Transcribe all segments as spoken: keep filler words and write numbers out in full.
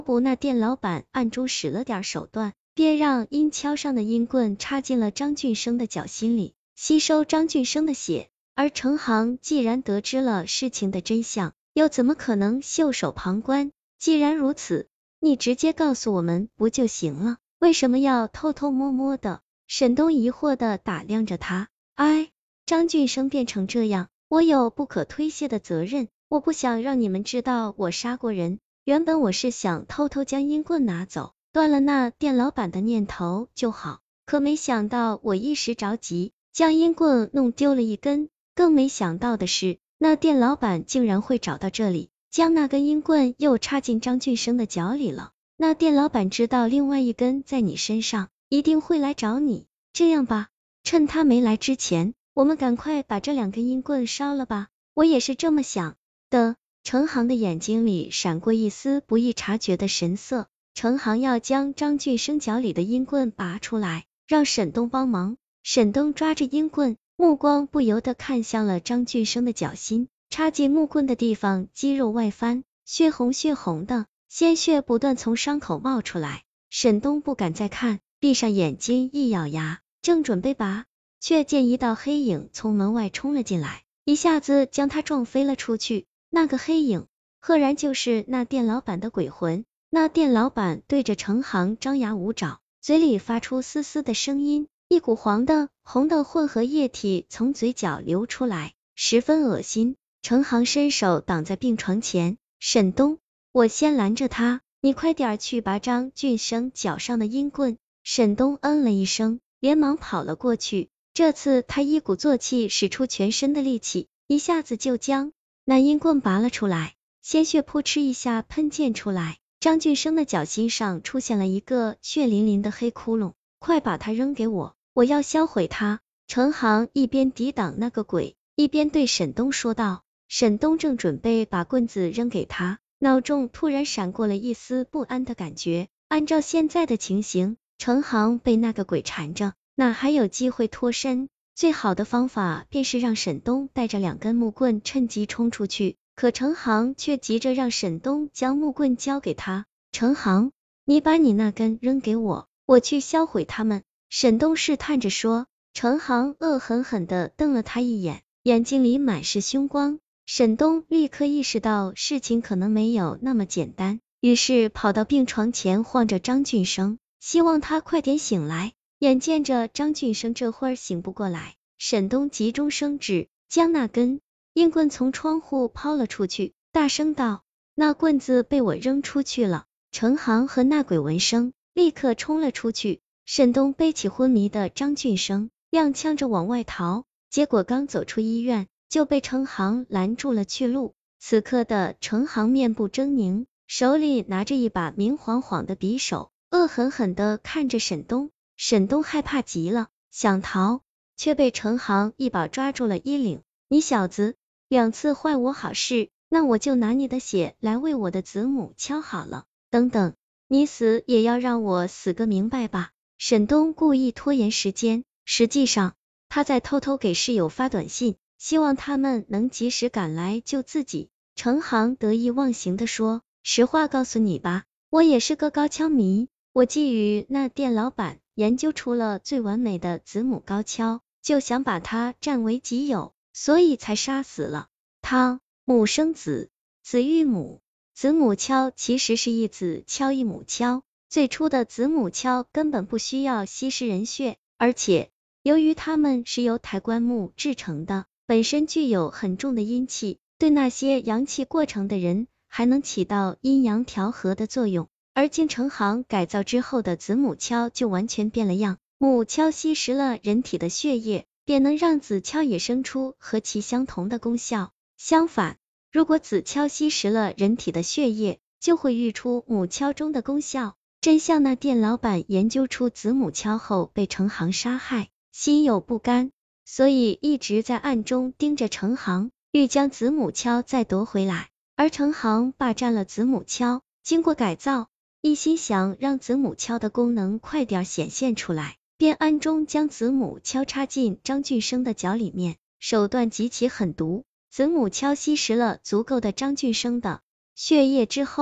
不那店老板暗中使了点手段，便让阴敲上的阴棍插进了张俊生的脚心里，吸收张俊生的血。而程航既然得知了事情的真相，又怎么可能袖手旁观？既然如此，你直接告诉我们不就行了？为什么要偷偷摸摸的？沈东疑惑的打量着他。哎，张俊生变成这样，我有不可推卸的责任，我不想让你们知道我杀过人。原本我是想偷偷将阴棍拿走，断了那店老板的念头就好，可没想到我一时着急，将阴棍弄丢了一根。更没想到的是，那店老板竟然会找到这里，将那根阴棍又插进张俊生的脚里了。那店老板知道另外一根在你身上，一定会来找你。这样吧，趁他没来之前，我们赶快把这两根阴棍烧了吧。我也是这么想的。程航的眼睛里闪过一丝不易察觉的神色。程航要将张俊生脚里的阴棍拔出来，让沈东帮忙。沈东抓着阴棍，目光不由得看向了张俊生的脚心，插进木棍的地方肌肉外翻，血红血红的，鲜血不断从伤口冒出来。沈东不敢再看，闭上眼睛一咬牙，正准备拔，却见一道黑影从门外冲了进来，一下子将他撞飞了出去。那个黑影赫然就是那店老板的鬼魂。那店老板对着程航张牙舞爪，嘴里发出嘶嘶的声音，一股黄的红的混合液体从嘴角流出来，十分恶心。程航伸手挡在病床前，沈东，我先拦着他，你快点去拔张俊生脚上的阴棍。沈东嗯了一声，连忙跑了过去。这次他一鼓作气，使出全身的力气，一下子就将那阴棍拔了出来，鲜血扑哧一下喷溅出来。张俊生的脚心上出现了一个血淋淋的黑窟窿，快把他扔给我，我要销毁他。程航一边抵挡那个鬼，一边对沈东说道。沈东正准备把棍子扔给他，脑中突然闪过了一丝不安的感觉。按照现在的情形，程航被那个鬼缠着，哪还有机会脱身？最好的方法便是让沈东带着两根木棍趁机冲出去。可程航却急着让沈东将木棍交给他。程航，你把你那根扔给我，我去销毁他们。沈东试探着说。程航恶狠狠地瞪了他一眼，眼睛里满是凶光。沈东立刻意识到事情可能没有那么简单，于是跑到病床前晃着张俊生，希望他快点醒来。眼见着张俊生这会儿醒不过来，沈东急中生智，将那根阴棍从窗户抛了出去，大声道，那棍子被我扔出去了。程航和那鬼闻声，立刻冲了出去。沈东背起昏迷的张俊生，踉跄着往外逃，结果刚走出医院，就被程航拦住了去路。此刻的程航面部狰狞，手里拿着一把明晃晃的匕首，恶狠狠地看着沈东。沈东害怕极了，想逃，却被程航一把抓住了衣领。你小子两次坏我好事，那我就拿你的血来为我的子母敲好了。等等，你死也要让我死个明白吧。沈东故意拖延时间，实际上他在偷偷给室友发短信，希望他们能及时赶来救自己。程航得意忘形地说，实话告诉你吧，我也是个高跷迷，我觊觎那店老板研究出了最完美的子母高跷，就想把它占为己有，所以才杀死了他。母生子，子育母，子母锹其实是一子敲一母锹。最初的子母锹根本不需要吸食人血，而且由于它们是由抬棺木制成的，本身具有很重的阴气，对那些阳气过程的人还能起到阴阳调和的作用。而经程航改造之后的子母锹就完全变了样，母锹吸食了人体的血液，便能让子锹也生出和其相同的功效。相反，如果子锹吸食了人体的血液，就会育出母锹中的功效。真像那店老板研究出子母锹后被程航杀害，心有不甘，所以一直在暗中盯着程航，欲将子母锹再夺回来。而程航霸占了子母锹，经过改造，一心想让子母锹的功能快点显现出来，便暗中将子母锹插进张俊生的脚里面，手段极其狠毒。子母锹吸食了足够的张俊生的血液之后，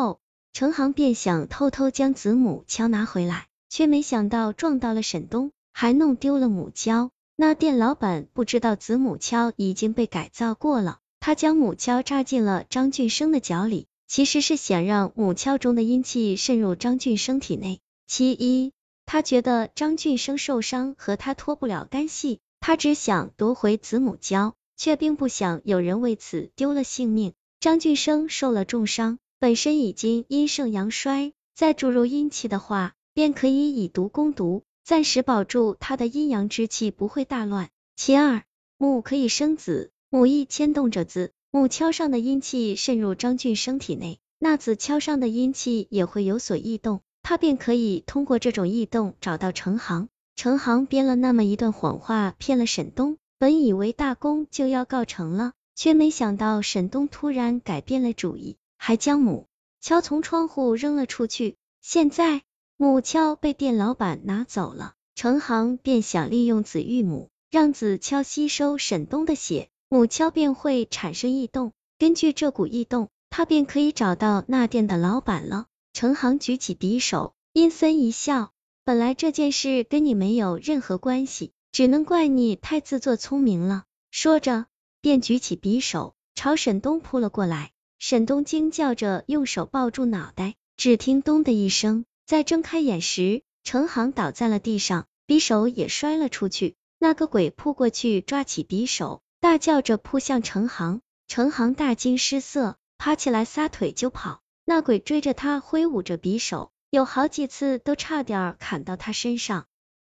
程航便想偷偷将子母锹拿回来，却没想到撞到了沈东，还弄丢了母锹。那店老板不知道子母锹已经被改造过了，他将母锹扎进了张俊生的脚里，其实是想让母锹中的阴气渗入张俊生体内。其一，他觉得张俊生受伤和他脱不了干系，他只想夺回子母锹，却并不想有人为此丢了性命。张俊生受了重伤，本身已经阴盛阳衰，再注入阴气的话，便可以以毒攻毒，暂时保住他的阴阳之气不会大乱。其二，母可以生子，母意牵动着子母锹上的阴气渗入张俊生体内，那子锹上的阴气也会有所异动，他便可以通过这种异动找到程航。程航编了那么一段谎话骗了沈东，本以为大功就要告成了，却没想到沈东突然改变了主意，还将母锹从窗户扔了出去。现在母锹被店老板拿走了，程航便想利用子育母，让子锹吸收沈东的血，母锹便会产生异动，根据这股异动，他便可以找到那店的老板了。程航举起匕首，阴森一笑，本来这件事跟你没有任何关系，只能怪你太自作聪明了。说着，便举起匕首，朝沈东扑了过来。沈东惊叫着用手抱住脑袋，只听咚的一声，在睁开眼时，程航倒在了地上，匕首也摔了出去。那个鬼扑过去抓起匕首，大叫着扑向程航。程航大惊失色，爬起来撒腿就跑。那鬼追着他挥舞着匕首，有好几次都差点砍到他身上。